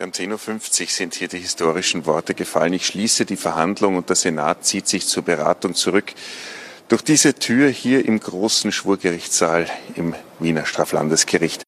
Um 10.50 Uhr sind hier die historischen Worte gefallen. Ich schließe die Verhandlung und der Senat zieht sich zur Beratung zurück. Durch diese Tür hier im großen Schwurgerichtssaal im Wiener Straflandesgericht.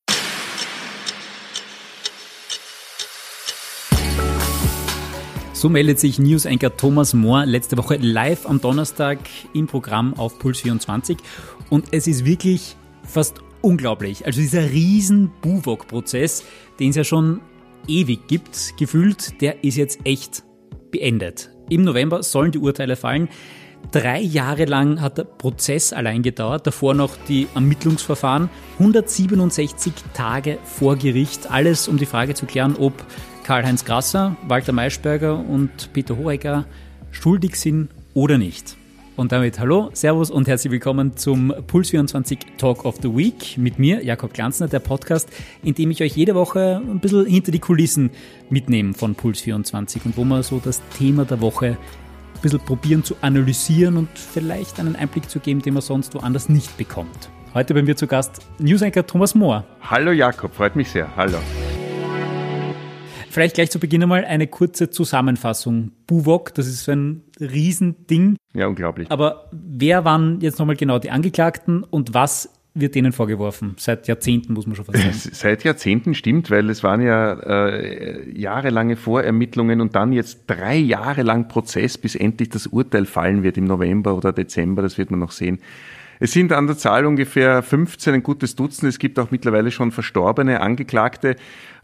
So meldet sich News-Anchor Thomas Mohr letzte Woche live am Donnerstag im Programm auf Puls 24. Und es ist wirklich fast unglaublich. Also dieser riesen Buwog-Prozess, den es ja schon ewig gibt, gefühlt, der ist jetzt echt beendet. Im November sollen die Urteile fallen. 3 Jahre lang hat der Prozess allein gedauert, davor noch die Ermittlungsverfahren, 167 Tage vor Gericht, alles um die Frage zu klären, ob Karl-Heinz Grasser, Walter Maischberger und Peter Hohecker schuldig sind oder nicht. Und damit hallo, servus und herzlich willkommen zum Puls 24 Talk of the Week mit mir, Jakob Glanzner, der Podcast, in dem ich euch jede Woche ein bisschen hinter die Kulissen mitnehme von Puls 24 und wo wir so das Thema der Woche ein bisschen probieren zu analysieren und vielleicht einen Einblick zu geben, den man sonst woanders nicht bekommt. Heute bei mir zu Gast News-Anchor Thomas Mohr. Hallo Jakob, freut mich sehr. Hallo. Vielleicht gleich zu Beginn einmal eine kurze Zusammenfassung. Buwog, das ist so ein Riesending. Ja, unglaublich. Aber wer waren jetzt nochmal genau die Angeklagten und was wird denen vorgeworfen? Seit Jahrzehnten, muss man schon fast sagen. Seit Jahrzehnten stimmt, weil es waren ja jahrelange Vorermittlungen und dann jetzt 3 Jahre lang Prozess, bis endlich das Urteil fallen wird im November oder Dezember, das wird man noch sehen. Es sind an der Zahl ungefähr 15, ein gutes Dutzend. Es gibt auch mittlerweile schon verstorbene Angeklagte.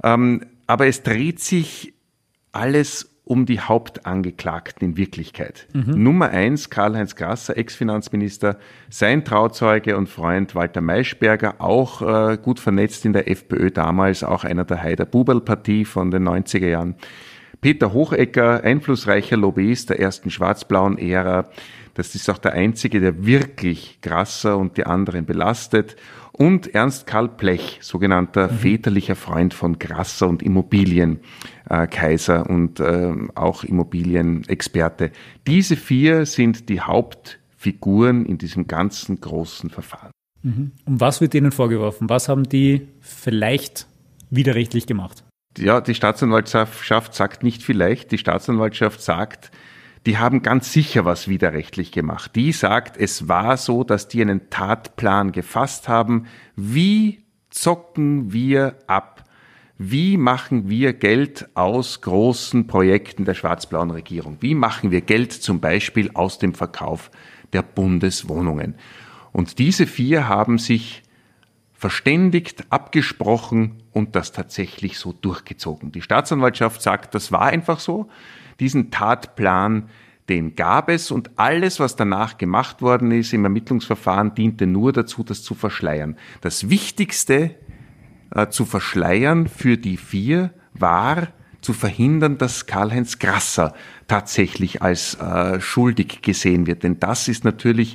Aber es dreht sich alles um die Hauptangeklagten in Wirklichkeit. Nummer 1, Karl-Heinz Grasser, Ex-Finanzminister, sein Trauzeuge und Freund Walter Maischberger, auch gut vernetzt in der FPÖ damals, auch einer der Haider-Buberl-Partie von den 90er Jahren. Peter Hochecker, einflussreicher Lobbyist der ersten schwarz-blauen Ära. Das ist auch der einzige, der wirklich Grasser und die anderen belastet. Und Ernst Karl Blech, sogenannter väterlicher Freund von Grasser und Immobilienkaiser und auch Immobilienexperte. Diese 4 sind die Hauptfiguren in diesem ganzen großen Verfahren. Und was wird denen vorgeworfen? Was haben die vielleicht widerrechtlich gemacht? Ja, die Staatsanwaltschaft sagt nicht vielleicht, die Staatsanwaltschaft sagt, die haben ganz sicher was widerrechtlich gemacht. Die sagt, es war so, dass die einen Tatplan gefasst haben. Wie zocken wir ab? Wie machen wir Geld aus großen Projekten der schwarz-blauen Regierung? Wie machen wir Geld zum Beispiel aus dem Verkauf der Bundeswohnungen? Und diese 4 haben sich verständigt, abgesprochen und das tatsächlich so durchgezogen. Die Staatsanwaltschaft sagt, das war einfach so. Diesen Tatplan, den gab es und alles, was danach gemacht worden ist im Ermittlungsverfahren, diente nur dazu, das zu verschleiern. Das Wichtigste zu verschleiern für die 4 war, zu verhindern, dass Karl-Heinz Grasser tatsächlich als schuldig gesehen wird. Denn das ist natürlich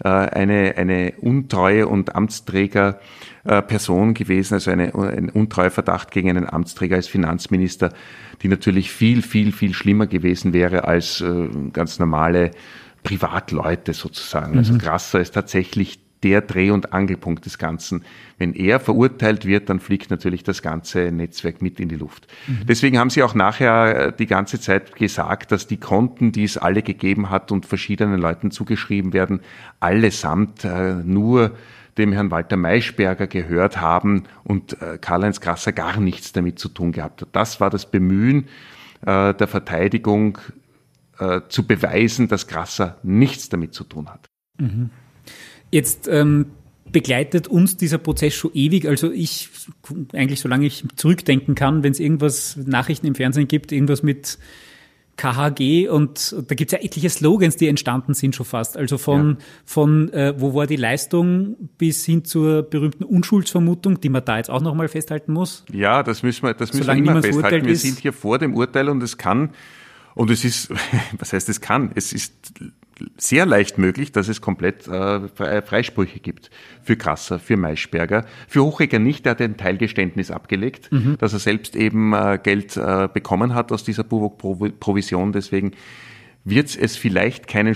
eine untreue und Amtsträger Person gewesen, also ein Untreueverdacht gegen einen Amtsträger als Finanzminister, die natürlich viel, viel, viel schlimmer gewesen wäre als ganz normale Privatleute sozusagen. Also Grasser ist tatsächlich der Dreh- und Angelpunkt des Ganzen. Wenn er verurteilt wird, dann fliegt natürlich das ganze Netzwerk mit in die Luft. Deswegen haben sie auch nachher die ganze Zeit gesagt, dass die Konten, die es alle gegeben hat und verschiedenen Leuten zugeschrieben werden, allesamt nur dem Herrn Walter Maischberger gehört haben und Karl-Heinz Grasser gar nichts damit zu tun gehabt hat. Das war das Bemühen der Verteidigung, zu beweisen, dass Grasser nichts damit zu tun hat. Jetzt begleitet uns dieser Prozess schon ewig. Also ich, eigentlich solange ich zurückdenken kann, wenn es irgendwas, Nachrichten im Fernsehen gibt, irgendwas mit KHG und da gibt es ja etliche Slogans, die entstanden sind schon fast. Also von wo war die Leistung bis hin zur berühmten Unschuldsvermutung, die man da jetzt auch nochmal festhalten muss. Ja, das müssen wir immer festhalten. Wir sind hier vor dem Urteil und es ist, was heißt es kann? Es ist sehr leicht möglich, dass es komplett Freisprüche gibt für Grasser, für Maischberger, für Hochecker nicht, der hat ein Teilgeständnis abgelegt, dass er selbst eben Geld bekommen hat aus dieser Buwog-Provision, deswegen wird es vielleicht keinen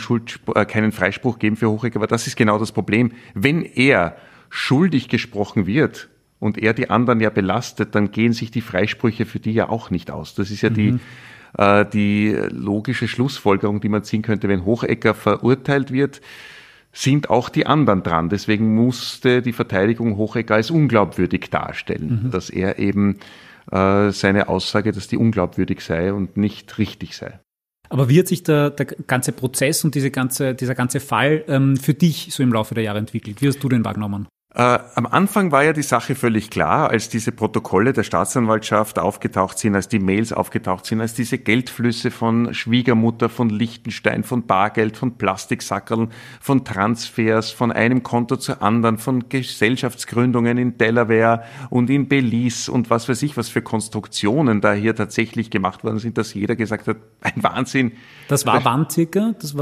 Freispruch geben für Hochecker, aber das ist genau das Problem. Wenn er schuldig gesprochen wird und er die anderen ja belastet, dann gehen sich die Freisprüche für die ja auch nicht aus. Das ist ja die logische Schlussfolgerung, die man ziehen könnte. Wenn Hochegger verurteilt wird, sind auch die anderen dran. Deswegen musste die Verteidigung Hochegger als unglaubwürdig darstellen, dass er eben seine Aussage, dass die unglaubwürdig sei und nicht richtig sei. Aber wie hat sich der ganze Prozess und dieser ganze Fall für dich so im Laufe der Jahre entwickelt? Wie hast du den wahrgenommen? Am Anfang war ja die Sache völlig klar, als diese Protokolle der Staatsanwaltschaft aufgetaucht sind, als die Mails aufgetaucht sind, als diese Geldflüsse von Schwiegermutter, von Liechtenstein, von Bargeld, von Plastiksackerln, von Transfers, von einem Konto zu anderen, von Gesellschaftsgründungen in Delaware und in Belize und was weiß ich, was für Konstruktionen da hier tatsächlich gemacht worden sind, dass jeder gesagt hat, ein Wahnsinn. Das war wann circa? Das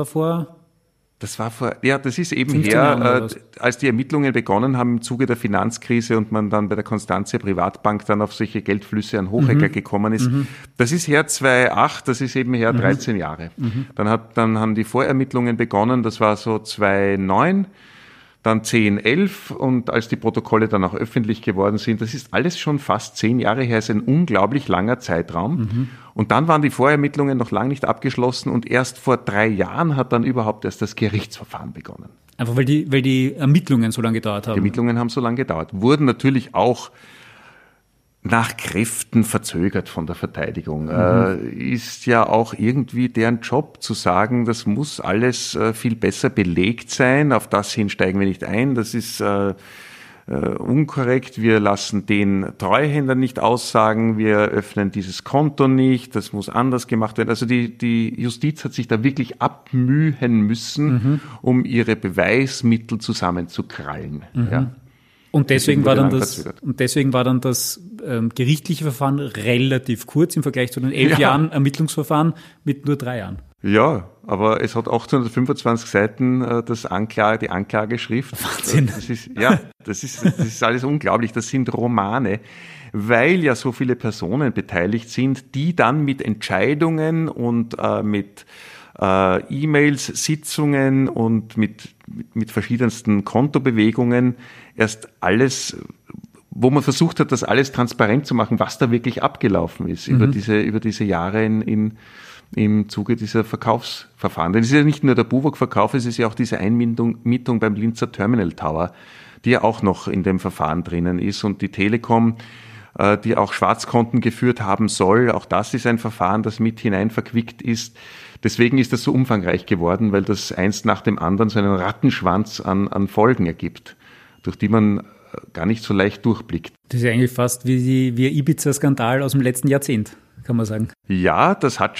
ist eben her, als die Ermittlungen begonnen haben im Zuge der Finanzkrise und man dann bei der Constantia Privatbank dann auf solche Geldflüsse an Hochegger gekommen ist. Das ist her 2008, das ist eben her 13 Jahre. Dann haben die Vorermittlungen begonnen, das war so 2009, dann 10, 11 und als die Protokolle dann auch öffentlich geworden sind, das ist alles schon fast 10 Jahre her, ist ein unglaublich langer Zeitraum. Und dann waren die Vorermittlungen noch lange nicht abgeschlossen und erst vor 3 Jahren hat dann überhaupt erst das Gerichtsverfahren begonnen. Einfach weil die Ermittlungen so lange gedauert haben. Die Ermittlungen haben so lange gedauert, wurden natürlich auch nach Kräften verzögert von der Verteidigung. Ist ja auch irgendwie deren Job zu sagen, das muss alles viel besser belegt sein, auf das hin steigen wir nicht ein, das ist unkorrekt, wir lassen den Treuhänder nicht aussagen, wir öffnen dieses Konto nicht, das muss anders gemacht werden. Also die Justiz hat sich da wirklich abmühen müssen, um ihre Beweismittel zusammenzukrallen. Ja. Und deswegen war dann das gerichtliche Verfahren relativ kurz im Vergleich zu den 11 Jahren Ermittlungsverfahren mit nur 3 Jahren. Ja, aber es hat 825 Seiten die Anklageschrift. Wahnsinn. Das ist alles unglaublich. Das sind Romane, weil ja so viele Personen beteiligt sind, die dann mit Entscheidungen und mit E-Mails, Sitzungen und mit verschiedensten Kontobewegungen erst alles, wo man versucht hat, das alles transparent zu machen, was da wirklich abgelaufen ist über diese Jahre im Zuge dieser Verkaufsverfahren. Denn es ist ja nicht nur der Buwog-Verkauf, es ist ja auch diese Einmietung beim Linzer Terminal Tower, die ja auch noch in dem Verfahren drinnen ist und die Telekom, die auch Schwarzkonten geführt haben soll. Auch das ist ein Verfahren, das mit hinein verquickt ist. Deswegen ist das so umfangreich geworden, weil das eins nach dem anderen so einen Rattenschwanz an Folgen ergibt, durch die man gar nicht so leicht durchblickt. Das ist ja eigentlich fast wie der Ibiza-Skandal aus dem letzten Jahrzehnt, kann man sagen. Ja, das hat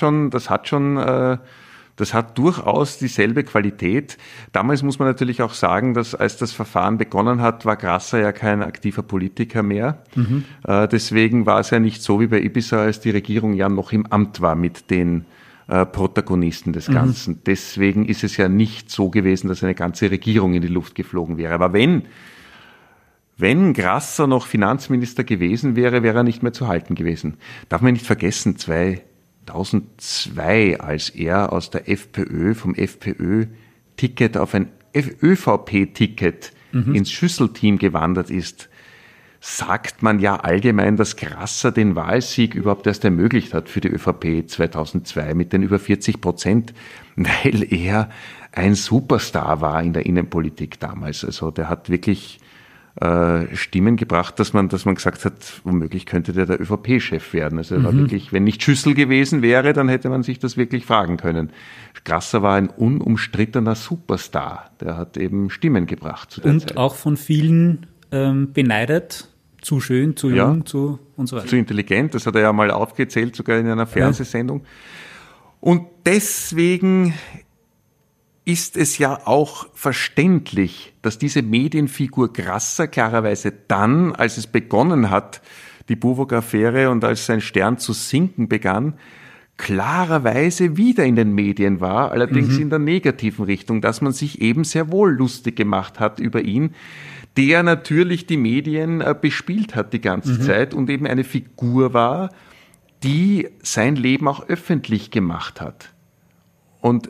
durchaus dieselbe Qualität. Damals muss man natürlich auch sagen, dass als das Verfahren begonnen hat, war Grasser ja kein aktiver Politiker mehr. Deswegen war es ja nicht so wie bei Ibiza, als die Regierung ja noch im Amt war mit den Protagonisten des Ganzen. Deswegen ist es ja nicht so gewesen, dass eine ganze Regierung in die Luft geflogen wäre. Aber wenn Grasser noch Finanzminister gewesen wäre, wäre er nicht mehr zu halten gewesen. Darf man nicht vergessen, 2002, als er aus der FPÖ, vom FPÖ-Ticket auf ein ÖVP-Ticket ins Schüsselteam gewandert ist, sagt man ja allgemein, dass Grasser den Wahlsieg überhaupt erst ermöglicht hat für die ÖVP 2002 mit den über 40%, weil er ein Superstar war in der Innenpolitik damals. Also der hat wirklich Stimmen gebracht, dass man gesagt hat, womöglich könnte der ÖVP-Chef werden. Also er war wirklich, wenn nicht Schüssel gewesen wäre, dann hätte man sich das wirklich fragen können. Grasser war ein unumstrittener Superstar. Der hat eben Stimmen gebracht zu der Zeit. Und auch von vielen beneidet, zu schön, zu jung, und so weiter. Zu intelligent, das hat er ja mal aufgezählt, sogar in einer Fernsehsendung. Und deswegen ist es ja auch verständlich, dass diese Medienfigur Grasser klarerweise dann, als es begonnen hat, die Buwog-Affäre und als sein Stern zu sinken begann, klarerweise wieder in den Medien war, allerdings in der negativen Richtung, dass man sich eben sehr wohl lustig gemacht hat über ihn, der natürlich die Medien bespielt hat die ganze Zeit und eben eine Figur war, die sein Leben auch öffentlich gemacht hat. Und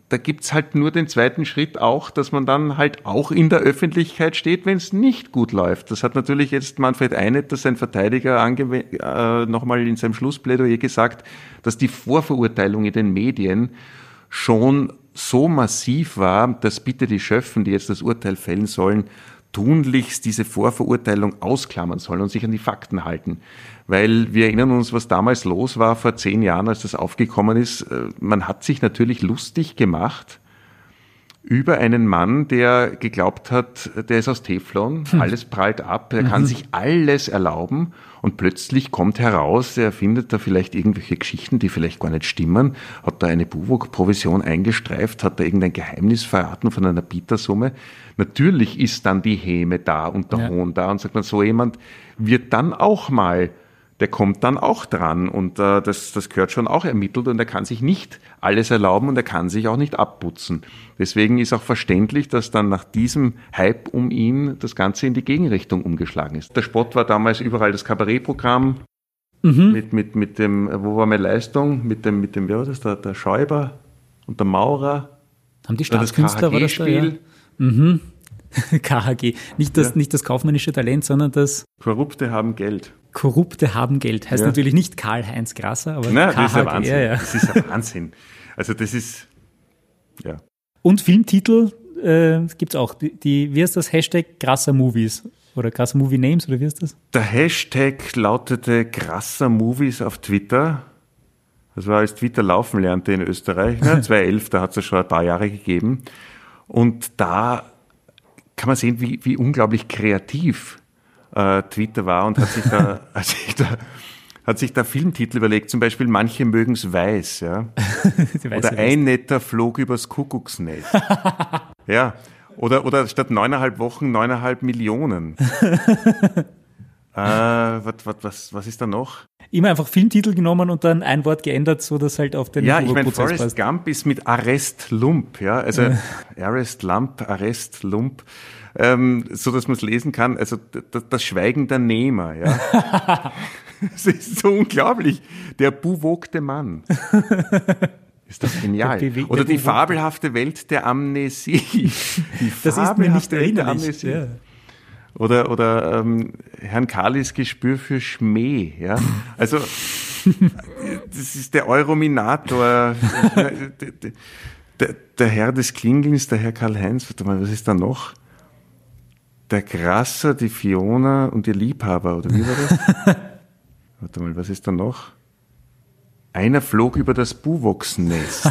da gibt's halt nur den zweiten Schritt auch, dass man dann halt auch in der Öffentlichkeit steht, wenn es nicht gut läuft. Das hat natürlich jetzt Manfred Einetter, sein Verteidiger, nochmal in seinem Schlussplädoyer gesagt, dass die Vorverurteilung in den Medien schon so massiv war, dass bitte die Schöffen, die jetzt das Urteil fällen sollen, tunlichst diese Vorverurteilung ausklammern sollen und sich an die Fakten halten. Weil wir erinnern uns, was damals los war vor 10 Jahren, als das aufgekommen ist. Man hat sich natürlich lustig gemacht über einen Mann, der geglaubt hat, der ist aus Teflon, alles prallt ab, er kann sich alles erlauben und plötzlich kommt heraus, er findet da vielleicht irgendwelche Geschichten, die vielleicht gar nicht stimmen, hat da eine Buwog-Provision eingestreift, hat da irgendein Geheimnis verraten von einer Bietersumme. Natürlich ist dann die Häme da und der Hohn da und sagt man, so jemand wird dann auch mal, der kommt dann auch dran und das gehört schon auch ermittelt und er kann sich nicht alles erlauben und er kann sich auch nicht abputzen. Deswegen ist auch verständlich, dass dann nach diesem Hype um ihn das Ganze in die Gegenrichtung umgeschlagen ist. Der Spott war damals überall das Kabarettprogramm mit dem, wo war meine Leistung, mit dem, wie war das, der Schäuber und der Maurer. Haben die Staatskünstler, war das da? Ja. Mhm. KHG. Nicht das kaufmännische Talent, sondern das Korrupte haben Geld. Korrupte haben Geld. Heißt natürlich nicht Karl-Heinz Grasser, aber nein, KHG. Das ist ein Wahnsinn. Ja. Das ist ein Wahnsinn. Also das ist, ja. Und Filmtitel gibt's auch. Wie heißt das? Hashtag Grasser Movies oder Grasser Movie Names oder wie ist das? Der Hashtag lautete Grasser Movies auf Twitter. Das war, als Twitter laufen lernte in Österreich. 2011, da hat es ja schon ein paar Jahre gegeben. Und da kann man sehen, wie unglaublich kreativ Twitter war und hat sich da Filmtitel überlegt, zum Beispiel Manche mögen's weiß, ja. Oder Ein netter flog übers Kuckucksnest. Ja. Oder statt 9,5 Wochen 9,5 Millionen. Was ist da noch? Immer einfach Filmtitel genommen und dann ein Wort geändert, so dass halt auf den ich meine, Forrest Gump ist mit Arrest Lump, ja, also Arrest Lump, so dass man es lesen kann, also das Schweigen der Nehmer, ja. Das ist so unglaublich. Der buwogte Mann. Ist das genial. Oder die fabelhafte Welt der Amnesie. Das ist mir nicht erinnerlich. Ja. Oder Herrn Kahlis Gespür für Schmäh. Ja? Also das ist der Eurominator, der Herr des Klingelns, der Herr Karl-Heinz. Warte mal, was ist da noch? Der Grasser, die Fiona und ihr Liebhaber, oder wie war das? Warte mal, was ist da noch? Einer flog über das Buwachsnest.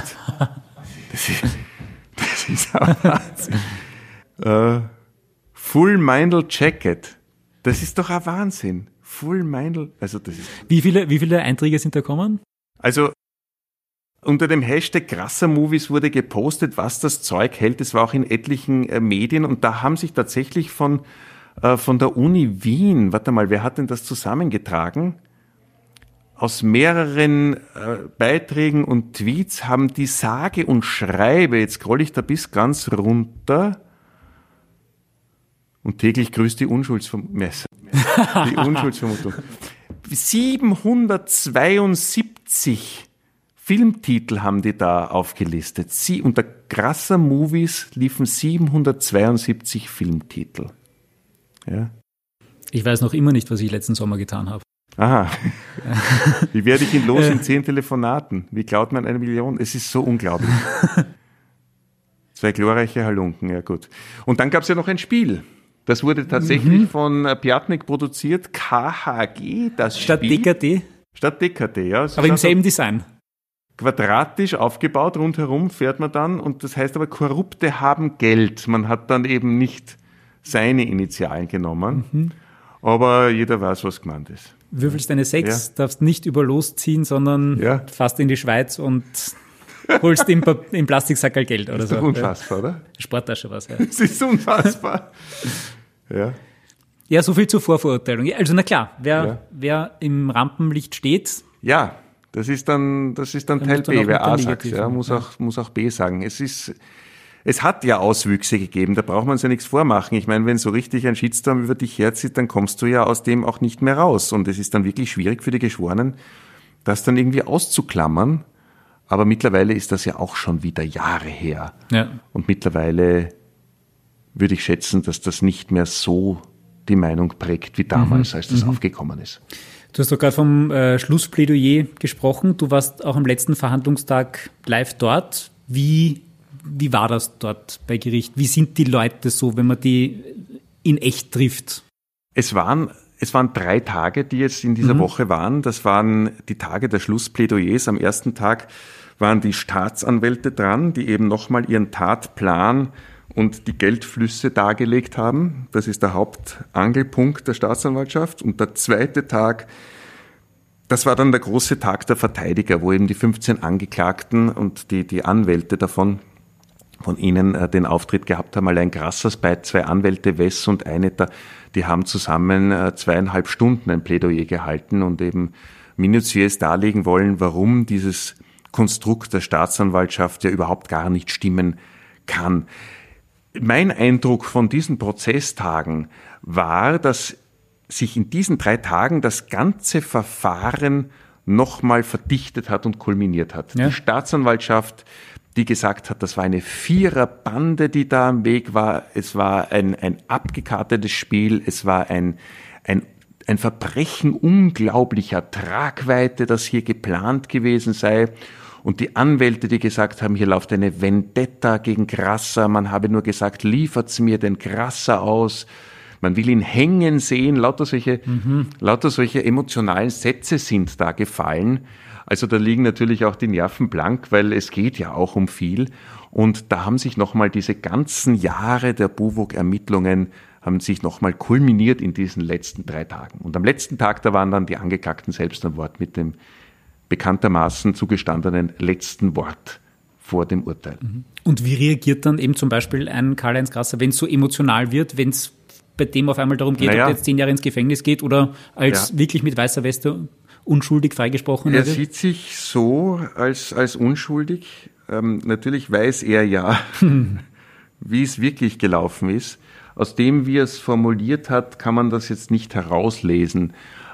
Das ist aber Wahnsinn. Full Meindl Jacket. Das ist doch ein Wahnsinn. Full Meindl, also das ist. Wie viele Einträge sind da gekommen? Also, unter dem Hashtag Grasser Movies wurde gepostet, was das Zeug hält. Das war auch in etlichen Medien und da haben sich tatsächlich von der Uni Wien, warte mal, wer hat denn das zusammengetragen? Aus mehreren Beiträgen und Tweets haben die sage und schreibe, jetzt scroll ich da bis ganz runter, und täglich grüßt die Unschuldsvermutung. 772 Filmtitel haben die da aufgelistet. Unter Grasser Movies liefen 772 Filmtitel. Ja. Ich weiß noch immer nicht, was ich letzten Sommer getan habe. Aha. Wie werde ich ihn los in 10 Telefonaten? Wie klaut man 1 Million? Es ist so unglaublich. 2 glorreiche Halunken, ja gut. Und dann gab es ja noch ein Spiel. Das wurde tatsächlich von Piatnik produziert. KHG, das Statt Spiel. DKD? Statt DKD, ja. Aber im selben Design. Quadratisch aufgebaut, rundherum fährt man dann. Und das heißt aber, Korrupte haben Geld. Man hat dann eben nicht seine Initialen genommen. Aber jeder weiß, was gemeint ist. Würfelst eine 6, darfst nicht über losziehen, sondern fast in die Schweiz und holst im Plastiksackerl Geld oder so. Das ist doch unfassbar, oder? Sporttasche was, ja. Das ist unfassbar. Ja, so viel zur Vorverurteilung. Also na klar, wer im Rampenlicht steht. Ja, das ist dann Teil B. Wer A sagt, muss auch B sagen. Es hat ja Auswüchse gegeben, da braucht man uns ja nichts vormachen. Ich meine, wenn so richtig ein Shitstorm über dich herzieht, dann kommst du ja aus dem auch nicht mehr raus. Und es ist dann wirklich schwierig für die Geschworenen, das dann irgendwie auszuklammern. Aber mittlerweile ist das ja auch schon wieder Jahre her. Ja. Und mittlerweile würde ich schätzen, dass das nicht mehr so die Meinung prägt wie damals, als das aufgekommen ist. Du hast doch gerade vom Schlussplädoyer gesprochen. Du warst auch am letzten Verhandlungstag live dort. Wie war das dort bei Gericht? Wie sind die Leute so, wenn man die in echt trifft? Es waren 3 Tage, die jetzt in dieser Woche waren. Das waren die Tage der Schlussplädoyers. Am ersten Tag waren die Staatsanwälte dran, die eben nochmal ihren Tatplan und die Geldflüsse dargelegt haben. Das ist der Hauptangelpunkt der Staatsanwaltschaft. Und der zweite Tag, das war dann der große Tag der Verteidiger, wo eben die 15 Angeklagten und die Anwälte von ihnen den Auftritt gehabt haben. Allein Grassers bei 2 Anwälte, Wess und Einetter, die haben zusammen 2,5 Stunden ein Plädoyer gehalten und eben minutiös darlegen wollen, warum dieses Konstrukt der Staatsanwaltschaft ja überhaupt gar nicht stimmen kann. Mein Eindruck von diesen Prozesstagen war, dass sich in diesen 3 Tagen das ganze Verfahren nochmal verdichtet hat und kulminiert hat. Ja. Die Staatsanwaltschaft, die gesagt hat, das war eine Viererbande, die da am Weg war. Es war ein abgekartetes Spiel. Es war ein Verbrechen unglaublicher Tragweite, das hier geplant gewesen sei. Und die Anwälte, die gesagt haben, hier läuft eine Vendetta gegen Grasser. Man habe nur gesagt, liefert's mir den Grasser aus. Man will ihn hängen sehen. Lauter solche emotionalen Sätze sind da gefallen. Also da liegen natürlich auch die Nerven blank, weil es geht ja auch um viel. Und da haben sich nochmal diese ganzen Jahre der BUWOG-Ermittlungen haben sich nochmal kulminiert in diesen letzten 3 Tagen. Und am letzten Tag, da waren dann die Angeklagten selbst an Wort mit dem bekanntermaßen zugestandenen letzten Wort vor dem Urteil. Und wie reagiert dann eben zum Beispiel ein Karl-Heinz Grasser, wenn es so emotional wird, wenn es bei dem auf einmal darum geht, ob er jetzt 10 Jahre ins Gefängnis geht oder als wirklich mit weißer Weste unschuldig freigesprochen wird? Er sieht sich so als unschuldig. Natürlich weiß er ja, wie es wirklich gelaufen ist. Aus dem, wie er es formuliert hat, kann man das jetzt nicht herauslesen,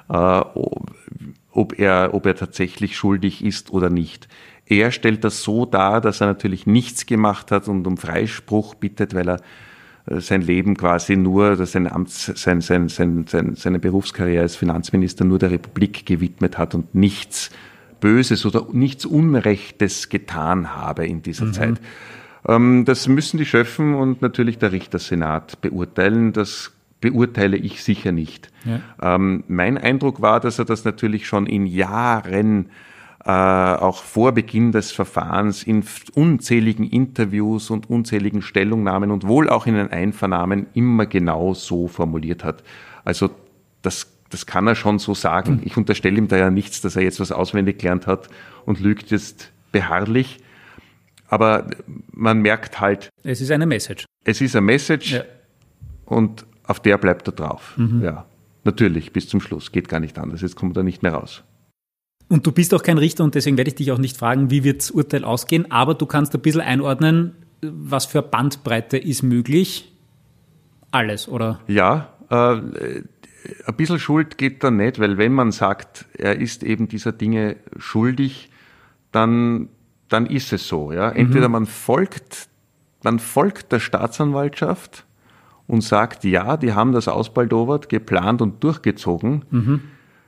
ob er tatsächlich schuldig ist oder nicht. Er stellt das so dar, dass er natürlich nichts gemacht hat und um Freispruch bittet, weil er sein Leben quasi nur, seine Berufskarriere als Finanzminister nur der Republik gewidmet hat und nichts Böses oder nichts Unrechtes getan habe in dieser Zeit. Das müssen die Schöffen und natürlich der Richtersenat beurteilen. Das beurteile ich sicher nicht. Ja. Mein Eindruck war, dass er das natürlich schon in Jahren, auch vor Beginn des Verfahrens, in unzähligen Interviews und unzähligen Stellungnahmen und wohl auch in den Einvernahmen immer genau so formuliert hat. Also das kann er schon so sagen. Ich unterstelle ihm da ja nichts, dass er jetzt was auswendig gelernt hat und lügt jetzt beharrlich. Aber man merkt halt... Es ist eine Message. Es ist eine Message, ja. Und auf der bleibt er drauf. Ja, natürlich, bis zum Schluss. Geht gar nicht anders. Jetzt kommt er nicht mehr raus. Und du bist auch kein Richter und deswegen werde ich dich auch nicht fragen, wie wird das Urteil ausgehen. Aber du kannst ein bisschen einordnen, was für Bandbreite ist möglich. Alles, oder? Ja, ein bisschen Schuld geht da nicht, weil wenn man sagt, er ist eben dieser Dinge schuldig, dann ist es so. Ja? Entweder man folgt der Staatsanwaltschaft und sagt, ja, die haben das ausbaldowert, geplant und durchgezogen,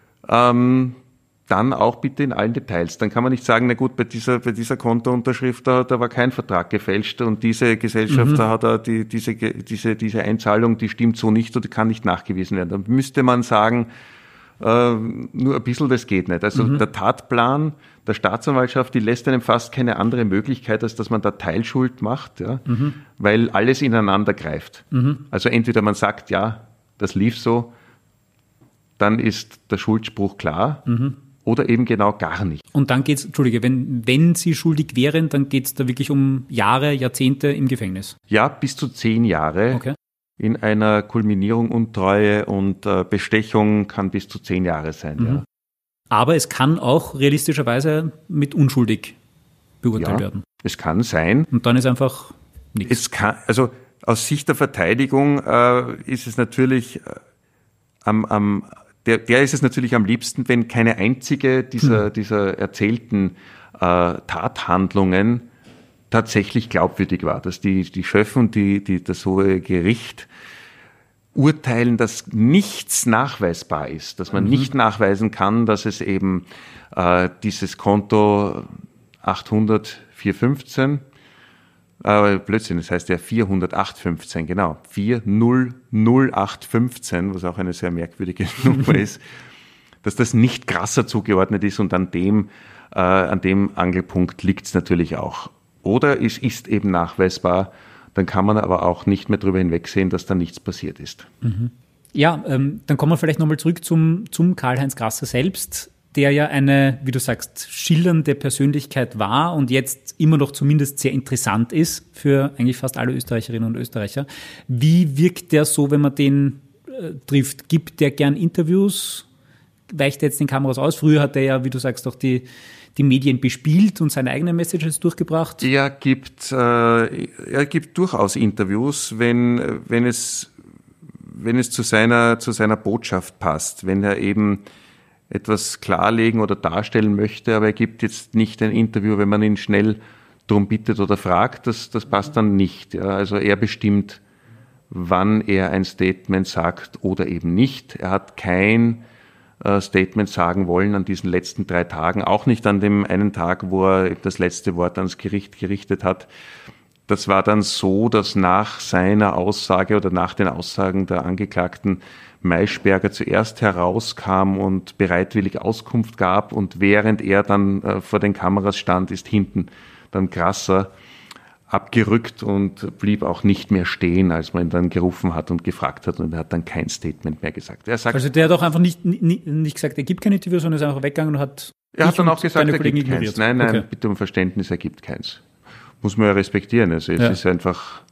dann auch bitte in allen Details. Dann kann man nicht sagen, na gut, bei dieser Kontounterschrift, da war kein Vertrag gefälscht und diese Gesellschaft, da hat er diese Einzahlung, die stimmt so nicht oder kann nicht nachgewiesen werden. Dann müsste man sagen, nur ein bisschen, das geht nicht. Also der Tatplan der Staatsanwaltschaft, die lässt einem fast keine andere Möglichkeit, als dass man da Teilschuld macht, ja, weil alles ineinander greift. Also entweder man sagt, ja, das lief so, dann ist der Schuldspruch klar, oder eben genau gar nicht. Und dann geht's, wenn Sie schuldig wären, dann geht's da wirklich um Jahre, Jahrzehnte im Gefängnis? Ja, bis zu 10 Jahre. Okay. In einer Kulminierung Untreue und Bestechung kann bis zu 10 Jahre sein. Ja. Aber es kann auch realistischerweise mit unschuldig beurteilt werden. Es kann sein. Und dann ist einfach nichts. Also aus Sicht der Verteidigung ist es natürlich der ist es natürlich am liebsten, wenn keine einzige dieser erzählten Tathandlungen tatsächlich glaubwürdig war, dass die Schöffen und das Hohe Gericht urteilen, dass nichts nachweisbar ist, dass man nicht nachweisen kann, dass es eben dieses Konto 800-415, Blödsinn, das heißt ja 40815, genau, 400815, was auch eine sehr merkwürdige Nummer ist, dass das nicht Grasser zugeordnet ist und an dem Angelpunkt liegt es natürlich auch. Oder es ist eben nachweisbar, dann kann man aber auch nicht mehr darüber hinwegsehen, dass da nichts passiert ist. Ja, dann kommen wir vielleicht nochmal zurück zum Karl-Heinz Grasser selbst, der ja eine, wie du sagst, schillernde Persönlichkeit war und jetzt immer noch zumindest sehr interessant ist für eigentlich fast alle Österreicherinnen und Österreicher. Wie wirkt der so, wenn man den trifft? Gibt der gern Interviews? Weicht er jetzt den Kameras aus? Früher hat er ja, wie du sagst, auch die Medien bespielt und seine eigenen Messages durchgebracht? Er gibt durchaus Interviews, wenn es zu seiner Botschaft passt, wenn er eben etwas klarlegen oder darstellen möchte, aber er gibt jetzt nicht ein Interview, wenn man ihn schnell darum bittet oder fragt, das passt dann nicht. Ja. Also er bestimmt, wann er ein Statement sagt oder eben nicht. Er hat kein Statement sagen wollen an diesen letzten 3 Tagen, auch nicht an dem einen Tag, wo er das letzte Wort ans Gericht gerichtet hat. Das war dann so, dass nach seiner Aussage oder nach den Aussagen der Angeklagten Maischberger zuerst herauskam und bereitwillig Auskunft gab und während er dann vor den Kameras stand, ist hinten dann Grasser abgerückt und blieb auch nicht mehr stehen, als man ihn dann gerufen hat und gefragt hat, und er hat dann kein Statement mehr gesagt. Er sagt, also der hat auch einfach nicht gesagt, er gibt kein Interview, sondern ist einfach weggegangen und hat... Er hat dann auch gesagt, er gibt keins. Nein, okay. Bitte um Verständnis, er gibt keins. Muss man ja respektieren. Also es ist einfach,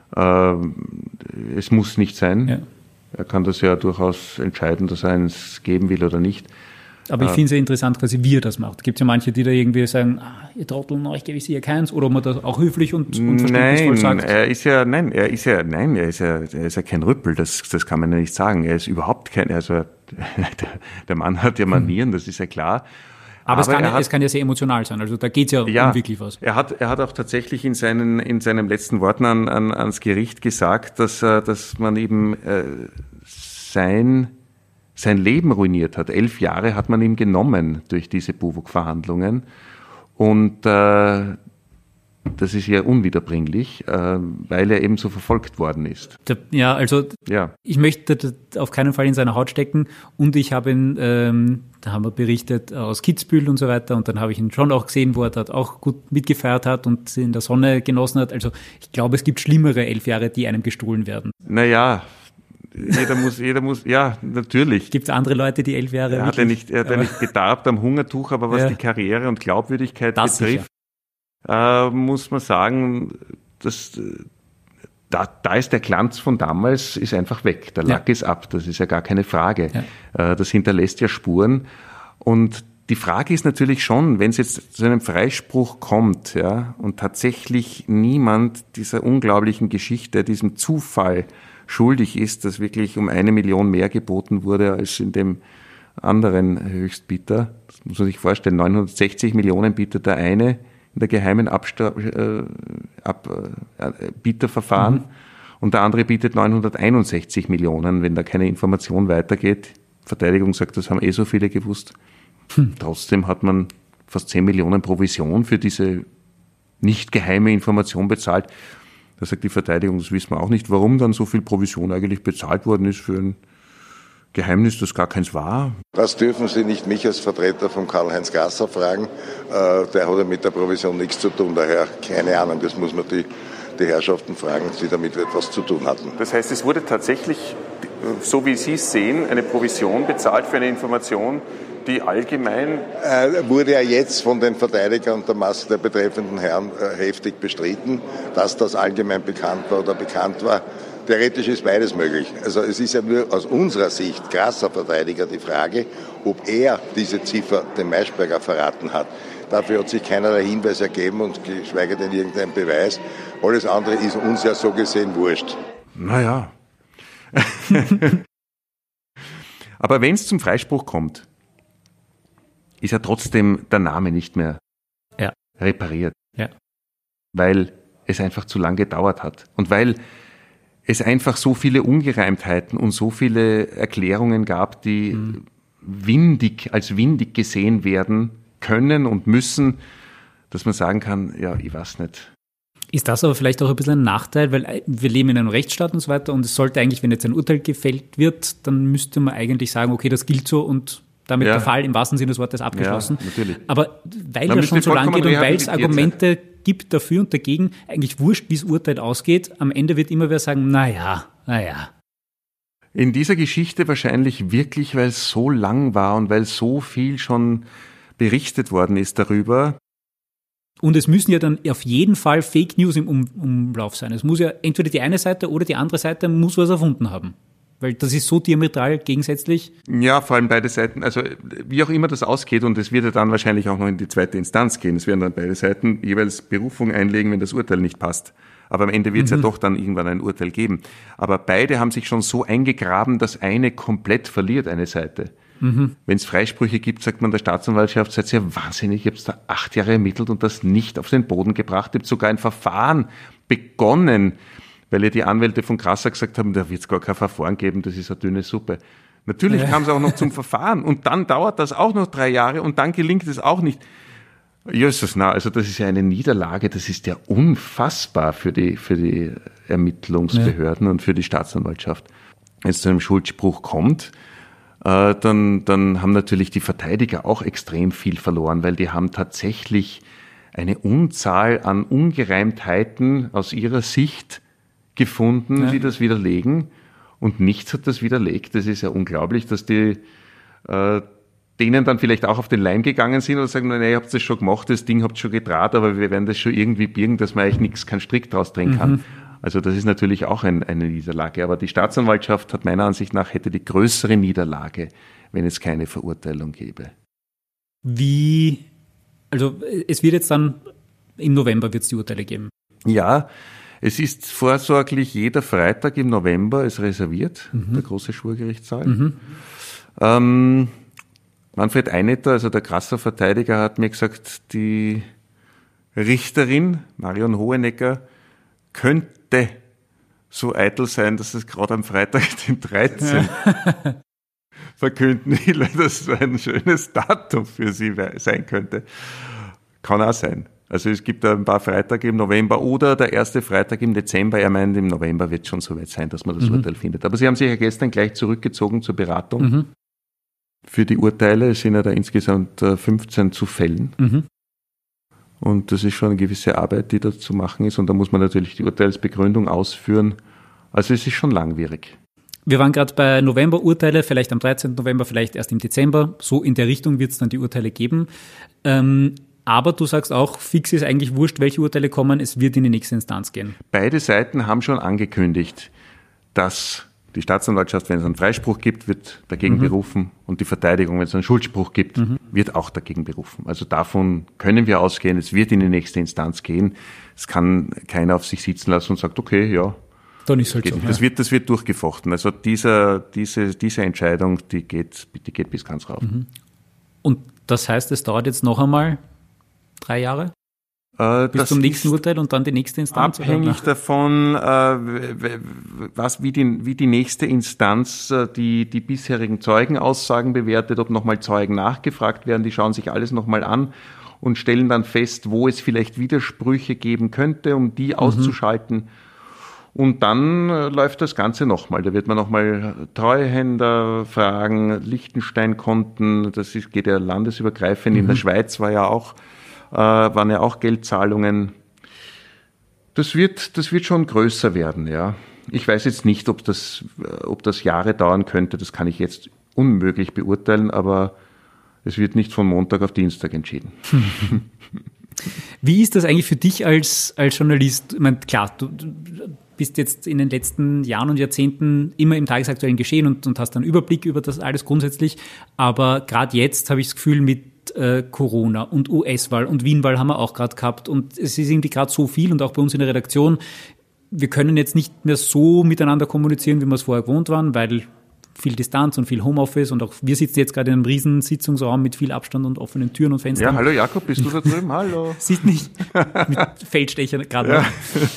es muss nicht sein. Ja. Er kann das ja durchaus entscheiden, dass er eins geben will oder nicht. Aber ich finde es ja interessant, quasi, wie er das macht. Gibt es ja manche, die da irgendwie sagen, ihr Trotteln, euch gebe ich sicher keins, oder ob man das auch höflich und verständnisvoll sagt. Er ist ja kein Rüppel, das kann man ja nicht sagen. Er ist überhaupt kein, also der Mann hat ja Manieren, das ist ja klar. Aber es kann ja sehr emotional sein, also da geht es ja um wirklich was. Er hat auch tatsächlich in seinen letzten Worten ans Gericht gesagt, dass man eben sein Leben ruiniert hat. 11 Jahre hat man ihm genommen durch diese BUWOG-Verhandlungen. Und das ist ja unwiederbringlich, weil er eben so verfolgt worden ist. Ich möchte auf keinen Fall in seiner Haut stecken. Und ich habe ihn, da haben wir berichtet, aus Kitzbühel und so weiter. Und dann habe ich ihn schon auch gesehen, wo er dort auch gut mitgefeiert hat und in der Sonne genossen hat. Also ich glaube, es gibt schlimmere 11 Jahre, die einem gestohlen werden. Naja, jeder muss, ja, natürlich. Gibt es andere Leute, die 11 Jahre... Er hat ja nicht gedarbt am Hungertuch, aber was die Karriere und Glaubwürdigkeit betrifft, muss man sagen, dass da ist der Glanz von damals ist einfach weg. Der Lack ist ab, das ist ja gar keine Frage. Ja. Das hinterlässt ja Spuren. Und die Frage ist natürlich schon, wenn es jetzt zu einem Freispruch kommt, ja, und tatsächlich niemand dieser unglaublichen Geschichte, diesem Zufall schuldig ist, dass wirklich um 1 Million mehr geboten wurde als in dem anderen Höchstbieter. Das muss man sich vorstellen. 960 Millionen bietet der eine in der geheimen Bieterverfahren und der andere bietet 961 Millionen, wenn da keine Information weitergeht. Die Verteidigung sagt, das haben so viele gewusst. Trotzdem hat man fast 10 Millionen Provision für diese nicht geheime Information bezahlt. Da sagt die Verteidigung, das wissen wir auch nicht, warum dann so viel Provision eigentlich bezahlt worden ist für ein Geheimnis, das gar keins war. Das dürfen Sie nicht mich als Vertreter von Karl-Heinz Grasser fragen. Der hat ja mit der Provision nichts zu tun. Daher keine Ahnung, das muss man die Herrschaften fragen, die damit etwas zu tun hatten. Das heißt, es wurde tatsächlich, so wie Sie es sehen, eine Provision bezahlt für eine Information, die allgemein... Wurde ja jetzt von den Verteidigern der Masse der betreffenden Herren heftig bestritten, dass das allgemein bekannt war oder bekannt war. Theoretisch ist beides möglich. Also es ist ja nur aus unserer Sicht, Grasser Verteidiger, die Frage, ob er diese Ziffer dem Maischberger verraten hat. Dafür hat sich keinerlei Hinweis ergeben und geschweige denn irgendein Beweis. Alles andere ist uns ja so gesehen wurscht. Naja. Aber wenn es zum Freispruch kommt, ist ja trotzdem der Name nicht mehr repariert. Ja. Weil es einfach zu lang gedauert hat. Und weil es einfach so viele Ungereimtheiten und so viele Erklärungen gab, die als windig gesehen werden können und müssen, dass man sagen kann, ja, ich weiß nicht. Ist das aber vielleicht auch ein bisschen ein Nachteil, weil wir leben in einem Rechtsstaat und so weiter und es sollte eigentlich, wenn jetzt ein Urteil gefällt wird, dann müsste man eigentlich sagen, okay, das gilt so und damit der Fall im wahrsten Sinne des Wortes abgeschlossen. Ja, natürlich. Aber weil das schon so lang geht und weil es Argumente gibt dafür und dagegen, eigentlich wurscht, wie das Urteil ausgeht, am Ende wird immer wer sagen, naja. In dieser Geschichte wahrscheinlich wirklich, weil es so lang war und weil so viel schon berichtet worden ist darüber. Und es müssen ja dann auf jeden Fall Fake News im Umlauf sein. Es muss ja entweder die eine Seite oder die andere Seite muss was erfunden haben. Weil das ist so diametral gegensätzlich. Ja, vor allem beide Seiten. Also wie auch immer das ausgeht, und es wird ja dann wahrscheinlich auch noch in die zweite Instanz gehen. Es werden dann beide Seiten jeweils Berufung einlegen, wenn das Urteil nicht passt. Aber am Ende wird es ja doch dann irgendwann ein Urteil geben. Aber beide haben sich schon so eingegraben, dass eine komplett verliert, eine Seite. Wenn es Freisprüche gibt, sagt man der Staatsanwaltschaft, seid ihr wahnsinnig, ihr habt da 8 Jahre ermittelt und das nicht auf den Boden gebracht. Ihr habt sogar ein Verfahren begonnen, weil ja die Anwälte von Grasser gesagt haben, da wird es gar kein Verfahren geben, das ist eine dünne Suppe. Natürlich kam es auch noch zum Verfahren und dann dauert das auch noch 3 Jahre und dann gelingt es auch nicht. Jesus, also das ist ja eine Niederlage, das ist ja unfassbar für die Ermittlungsbehörden und für die Staatsanwaltschaft. Wenn es zu einem Schuldspruch kommt, dann haben natürlich die Verteidiger auch extrem viel verloren, weil die haben tatsächlich eine Unzahl an Ungereimtheiten aus ihrer Sicht gefunden, die das widerlegen. Und nichts hat das widerlegt. Das ist ja unglaublich, dass die denen dann vielleicht auch auf den Leim gegangen sind oder sagen, ihr habt das schon gemacht, das Ding habt schon gedraht, aber wir werden das schon irgendwie birgen, dass man eigentlich keinen Strick draus drehen kann. Also das ist natürlich auch eine Niederlage. Aber die Staatsanwaltschaft hat meiner Ansicht nach hätte die größere Niederlage, wenn es keine Verurteilung gäbe. Also es wird jetzt dann, im November wird es die Urteile geben? Ja, es ist vorsorglich jeder Freitag im November ist reserviert, der große Schwurgerichtssaal. Manfred Einetter, also der Grasser Verteidiger, hat mir gesagt, die Richterin Marion Hohenecker könnte so eitel sein, dass es gerade am Freitag, den 13. verkünden will, weil das so ein schönes Datum für sie sein könnte. Kann auch sein. Also es gibt ein paar Freitage im November oder der erste Freitag im Dezember. Er meint, im November wird es schon soweit sein, dass man das Urteil findet. Aber Sie haben sich ja gestern gleich zurückgezogen zur Beratung. Für die Urteile. Es sind ja da insgesamt 15 zu Fällen. Und das ist schon eine gewisse Arbeit, die da zu machen ist. Und da muss man natürlich die Urteilsbegründung ausführen. Also es ist schon langwierig. Wir waren gerade bei November-Urteile, vielleicht am 13. November, vielleicht erst im Dezember. So in der Richtung wird es dann die Urteile geben. Aber du sagst auch, fix ist eigentlich wurscht, welche Urteile kommen, es wird in die nächste Instanz gehen. Beide Seiten haben schon angekündigt, dass die Staatsanwaltschaft, wenn es einen Freispruch gibt, wird dagegen berufen und die Verteidigung, wenn es einen Schuldspruch gibt, wird auch dagegen berufen. Also davon können wir ausgehen, es wird in die nächste Instanz gehen. Es kann keiner auf sich sitzen lassen und sagt, okay, ja, dann ist halt so. Das wird durchgefochten. Also diese Entscheidung, die geht bis ganz rauf. Und das heißt, es dauert jetzt noch einmal 3 Jahre? Bis zum nächsten Urteil und dann die nächste Instanz? Abhängig davon, wie die nächste Instanz die bisherigen Zeugenaussagen bewertet, ob nochmal Zeugen nachgefragt werden. Die schauen sich alles nochmal an und stellen dann fest, wo es vielleicht Widersprüche geben könnte, um die auszuschalten. Und dann läuft das Ganze nochmal. Da wird man nochmal Treuhänder fragen, Liechtenstein-Konten, geht ja landesübergreifend. In der Schweiz waren ja auch Geldzahlungen. Das wird schon größer werden, ja. Ich weiß jetzt nicht, ob das Jahre dauern könnte. Das kann ich jetzt unmöglich beurteilen, aber es wird nicht von Montag auf Dienstag entschieden. Wie ist das eigentlich für dich als Journalist? Ich meine, klar, du bist jetzt in den letzten Jahren und Jahrzehnten immer im tagesaktuellen Geschehen und hast einen Überblick über das alles grundsätzlich. Aber gerade jetzt habe ich das Gefühl, mit Corona und US-Wahl und Wien-Wahl haben wir auch gerade gehabt. Und es ist irgendwie gerade so viel und auch bei uns in der Redaktion, wir können jetzt nicht mehr so miteinander kommunizieren, wie wir es vorher gewohnt waren, weil viel Distanz und viel Homeoffice und auch wir sitzen jetzt gerade in einem riesen Sitzungsraum mit viel Abstand und offenen Türen und Fenstern. Ja, hallo Jakob, bist du da drüben? Hallo. Sieht nicht. Mit Feldstecher gerade. Ja.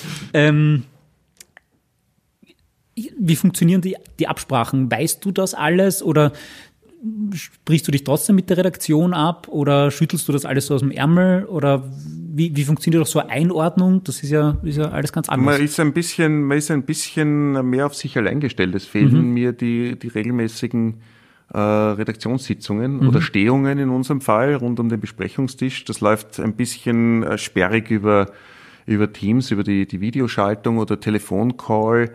Wie funktionieren die Absprachen? Weißt du das alles oder sprichst du dich trotzdem mit der Redaktion ab oder schüttelst du das alles so aus dem Ärmel oder wie funktioniert auch so eine Einordnung? Das ist ja alles ganz anders. Man ist ein bisschen mehr auf sich allein gestellt. Es fehlen mir die regelmäßigen Redaktionssitzungen oder Stehungen in unserem Fall rund um den Besprechungstisch. Das läuft ein bisschen sperrig über Teams, über die Videoschaltung oder Telefoncall.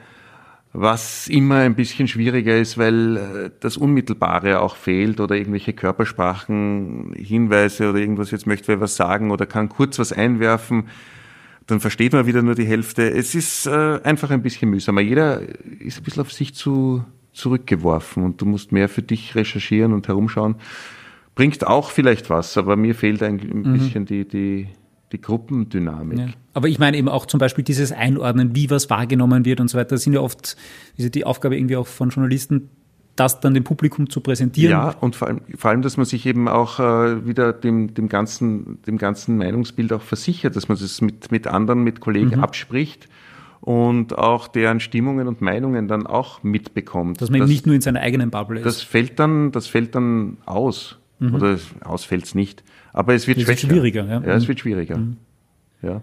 Was immer ein bisschen schwieriger ist, weil das Unmittelbare auch fehlt oder irgendwelche Körpersprachen, Hinweise oder irgendwas, jetzt möchte wer was sagen oder kann kurz was einwerfen, dann versteht man wieder nur die Hälfte. Es ist einfach ein bisschen mühsamer. Jeder ist ein bisschen auf sich zurückgeworfen und du musst mehr für dich recherchieren und herumschauen. Bringt auch vielleicht was, aber mir fehlt ein bisschen die Gruppendynamik. Ja. Aber ich meine eben auch zum Beispiel dieses Einordnen, wie was wahrgenommen wird und so weiter. Das sind ja oft die Aufgabe irgendwie auch von Journalisten, das dann dem Publikum zu präsentieren. Ja, und vor allem, dass man sich eben auch wieder dem ganzen Meinungsbild auch versichert, dass man das mit anderen, mit Kollegen abspricht und auch deren Stimmungen und Meinungen dann auch mitbekommt. Dass man eben nicht nur in seiner eigenen Bubble ist. Das fällt dann aus. Oder aus fällt's nicht. Aber es wird schwieriger. Ja, es wird schwieriger. Ja.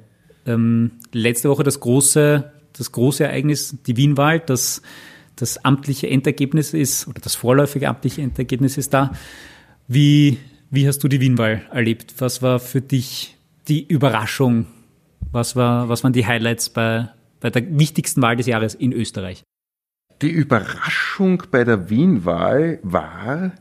Letzte Woche das große Ereignis, die Wienwahl, das amtliche Endergebnis ist, oder das vorläufige amtliche Endergebnis ist da. Wie hast du die Wienwahl erlebt? Was war für dich die Überraschung? Was waren die Highlights bei der wichtigsten Wahl des Jahres in Österreich? Die Überraschung bei der Wienwahl war,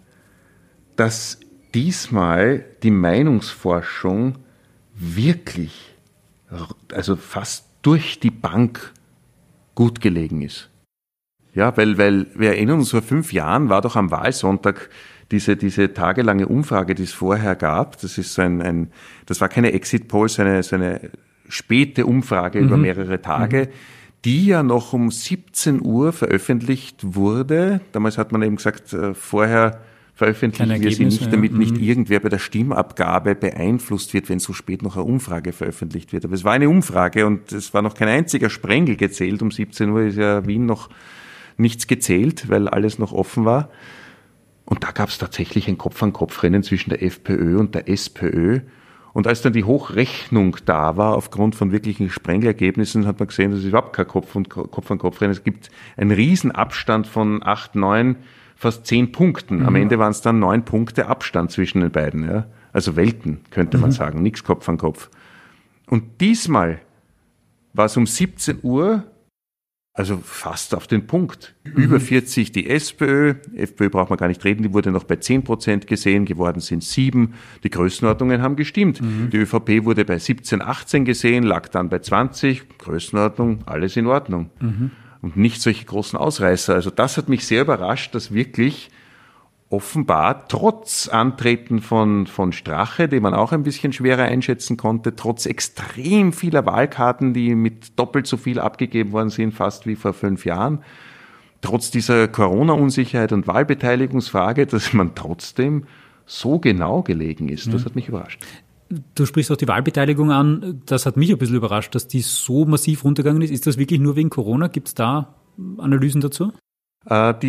dass diesmal die Meinungsforschung wirklich, also fast durch die Bank gut gelegen ist. Ja, weil wir erinnern uns, vor 5 Jahren war doch am Wahlsonntag diese tagelange Umfrage, die es vorher gab. Das ist das war keine Exit-Poll, so eine späte Umfrage über mehrere Tage, die ja noch um 17 Uhr veröffentlicht wurde. Damals hat man eben gesagt, vorher veröffentlichen wir sie nicht, damit nicht irgendwer bei der Stimmabgabe beeinflusst wird, wenn so spät noch eine Umfrage veröffentlicht wird. Aber es war eine Umfrage und es war noch kein einziger Sprengel gezählt. Um 17 Uhr ist ja Wien noch nichts gezählt, weil alles noch offen war. Und da gab es tatsächlich ein Kopf-an-Kopf-Rennen zwischen der FPÖ und der SPÖ. Und als dann die Hochrechnung da war, aufgrund von wirklichen Sprengelergebnissen, hat man gesehen, das ist überhaupt kein Kopf-an-Kopf-Rennen. Es gibt einen riesen Abstand von 8, 9, fast 10 Punkten. Am Ende waren es dann 9 Punkte Abstand zwischen den beiden. Ja? Also Welten, könnte man sagen. Nichts Kopf an Kopf. Und diesmal war es um 17 Uhr, also fast auf den Punkt. Über 40 die SPÖ. FPÖ braucht man gar nicht reden, die wurde noch bei 10% gesehen, geworden sind 7. Die Größenordnungen haben gestimmt. Die ÖVP wurde bei 17, 18 gesehen, lag dann bei 20. Größenordnung, alles in Ordnung. Und nicht solche großen Ausreißer. Also das hat mich sehr überrascht, dass wirklich offenbar trotz Antreten von Strache, den man auch ein bisschen schwerer einschätzen konnte, trotz extrem vieler Wahlkarten, die mit doppelt so viel abgegeben worden sind, fast wie vor 5 Jahren, trotz dieser Corona-Unsicherheit und Wahlbeteiligungsfrage, dass man trotzdem so genau gelegen ist. Das hat mich überrascht. Du sprichst auch die Wahlbeteiligung an. Das hat mich ein bisschen überrascht, dass die so massiv runtergegangen ist. Ist das wirklich nur wegen Corona? Gibt es da Analysen dazu? Das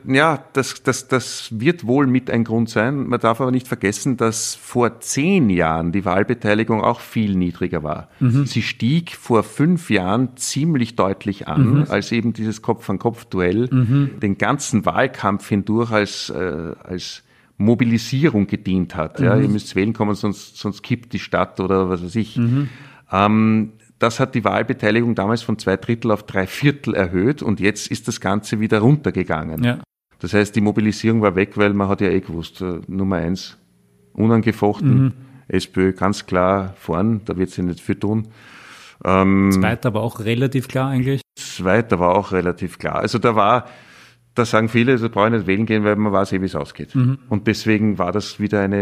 wird wohl mit ein Grund sein. Man darf aber nicht vergessen, dass vor 10 Jahren die Wahlbeteiligung auch viel niedriger war. Sie stieg vor 5 Jahren ziemlich deutlich an, als eben dieses Kopf-an-Kopf-Duell den ganzen Wahlkampf hindurch als Mobilisierung gedient hat. Ja, ihr müsst wählen kommen, sonst kippt die Stadt oder was weiß ich. Das hat die Wahlbeteiligung damals von 2/3 auf 3/4 erhöht und jetzt ist das Ganze wieder runtergegangen. Ja. Das heißt, die Mobilisierung war weg, weil man hat ja gewusst, Nummer 1, unangefochten, SPÖ ganz klar vorn, da wird sie nicht viel tun. Zweiter war auch relativ klar eigentlich. Zweiter war auch relativ klar. Also da sagen viele, also brauche ich nicht wählen gehen, weil man weiß wie es ausgeht. Und deswegen war das wieder eine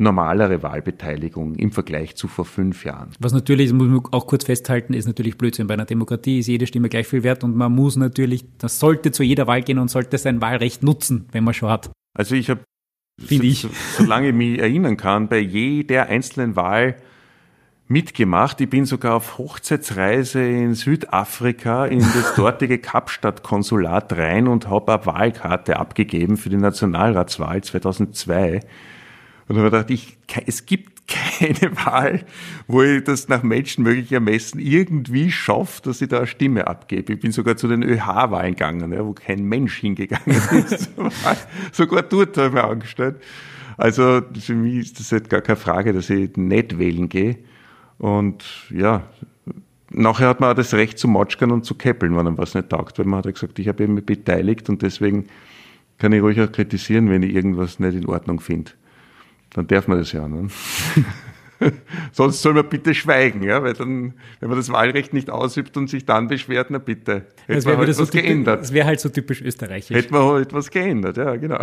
normalere Wahlbeteiligung im Vergleich zu vor 5 Jahren. Was natürlich, das muss man auch kurz festhalten, ist natürlich Blödsinn. Bei einer Demokratie ist jede Stimme gleich viel wert und man muss natürlich, das sollte zu jeder Wahl gehen und sollte sein Wahlrecht nutzen, wenn man schon hat. Also ich habe, solange ich mich erinnern kann, bei jeder einzelnen Wahl mitgemacht. Ich bin sogar auf Hochzeitsreise in Südafrika in das dortige Kapstadt-Konsulat rein und habe eine Wahlkarte abgegeben für die Nationalratswahl 2002. Und da habe ich gedacht, es gibt keine Wahl, wo ich das nach menschenmöglichem Ermessen irgendwie schaffe, dass ich da eine Stimme abgebe. Ich bin sogar zu den ÖH-Wahlen gegangen, wo kein Mensch hingegangen ist. Sogar dort habe ich mir angestellt. Also für mich ist das halt gar keine Frage, dass ich nicht wählen gehe. Und ja, nachher hat man auch das Recht zu matschkern und zu käppeln, wenn einem was nicht taugt, weil man hat ja gesagt, ich habe mich beteiligt und deswegen kann ich ruhig auch kritisieren, wenn ich irgendwas nicht in Ordnung finde. Dann darf man das ja. Ne? Sonst soll man bitte schweigen, ja, weil dann, wenn man das Wahlrecht nicht ausübt und sich dann beschwert, na bitte, hätte man halt was geändert. Das wäre halt so typisch österreichisch. Hätte man halt was geändert, ja, genau.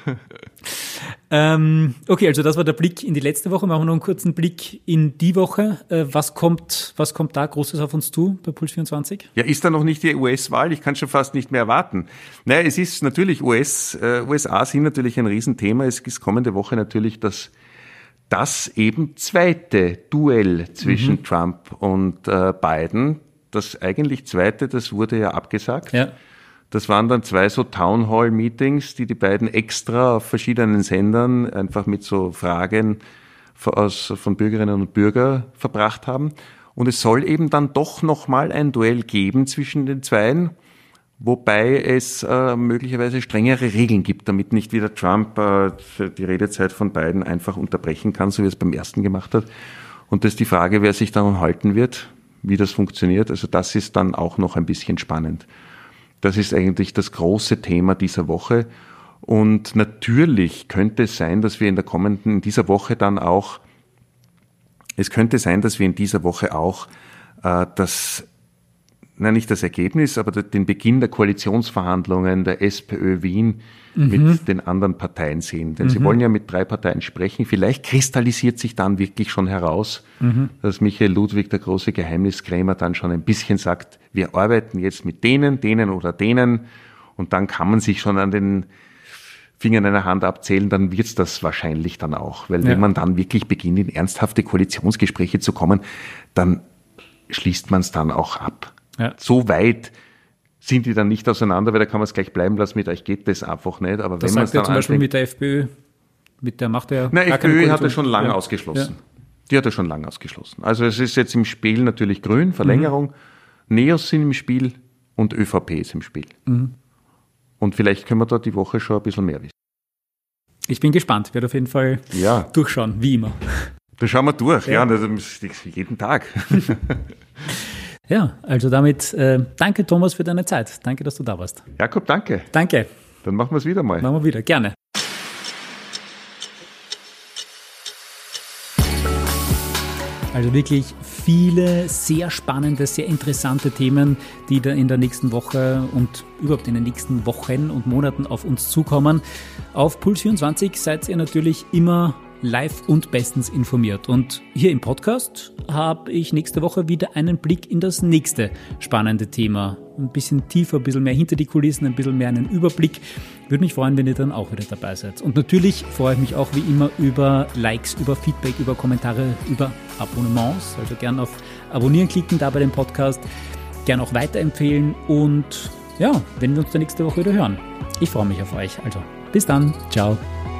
Okay, also das war der Blick in die letzte Woche. Machen wir noch einen kurzen Blick in die Woche. Was kommt da Großes auf uns zu bei Puls 24? Ja, ist da noch nicht die US-Wahl? Ich kann schon fast nicht mehr erwarten. Naja, es ist natürlich USA sind natürlich ein Riesenthema. Es ist kommende Woche natürlich das eben zweite Duell zwischen Trump und Biden. Das eigentlich zweite, das wurde ja abgesagt. Ja. Das waren dann 2 so Townhall-Meetings, die beiden extra auf verschiedenen Sendern einfach mit so Fragen von Bürgerinnen und Bürgern verbracht haben. Und es soll eben dann doch nochmal ein Duell geben zwischen den Zweien, wobei es möglicherweise strengere Regeln gibt, damit nicht wieder Trump die Redezeit von Biden einfach unterbrechen kann, so wie er es beim ersten gemacht hat. Und das ist die Frage, wer sich daran halten wird, wie das funktioniert. Also das ist dann auch noch ein bisschen spannend. Das ist eigentlich das große Thema dieser Woche. Und natürlich könnte es sein, dass wir in dieser Woche auch nicht das Ergebnis, aber den Beginn der Koalitionsverhandlungen der SPÖ Wien mit den anderen Parteien sehen. Denn sie wollen ja mit 3 Parteien sprechen. Vielleicht kristallisiert sich dann wirklich schon heraus, dass Michael Ludwig, der große Geheimniskrämer, dann schon ein bisschen sagt, wir arbeiten jetzt mit denen oder denen. Und dann kann man sich schon an den Fingern einer Hand abzählen, dann wird's das wahrscheinlich dann auch. Weil wenn man dann wirklich beginnt, in ernsthafte Koalitionsgespräche zu kommen, dann schließt man es dann auch ab. Ja. So weit sind die dann nicht auseinander, weil da kann man es gleich bleiben lassen, mit euch geht das einfach nicht. Aber das wenn man es dann zum Beispiel mit der FPÖ, mit der macht er. Nein, FPÖ hat er schon lange ausgeschlossen. Ja. Die hat er schon lange ausgeschlossen. Also es ist jetzt im Spiel natürlich Grün, Verlängerung, Neos sind im Spiel und ÖVP ist im Spiel. Und vielleicht können wir da die Woche schon ein bisschen mehr wissen. Ich bin gespannt, werde auf jeden Fall durchschauen, wie immer. Da schauen wir durch, also jeden Tag. Ja, also damit danke Thomas für deine Zeit. Danke, dass du da warst. Jakob, danke. Danke. Dann machen wir es wieder mal. Machen wir wieder, gerne. Also wirklich viele sehr spannende, sehr interessante Themen, die da in der nächsten Woche und überhaupt in den nächsten Wochen und Monaten auf uns zukommen. Auf Puls 24 seid ihr natürlich immer live und bestens informiert. Und hier im Podcast habe ich nächste Woche wieder einen Blick in das nächste spannende Thema. Ein bisschen tiefer, ein bisschen mehr hinter die Kulissen, ein bisschen mehr einen Überblick. Würde mich freuen, wenn ihr dann auch wieder dabei seid. Und natürlich freue ich mich auch wie immer über Likes, über Feedback, über Kommentare, über Abonnements. Also gern auf Abonnieren klicken da bei dem Podcast. Gern auch weiterempfehlen. Und ja, wenn wir uns dann nächste Woche wieder hören. Ich freue mich auf euch. Also bis dann. Ciao.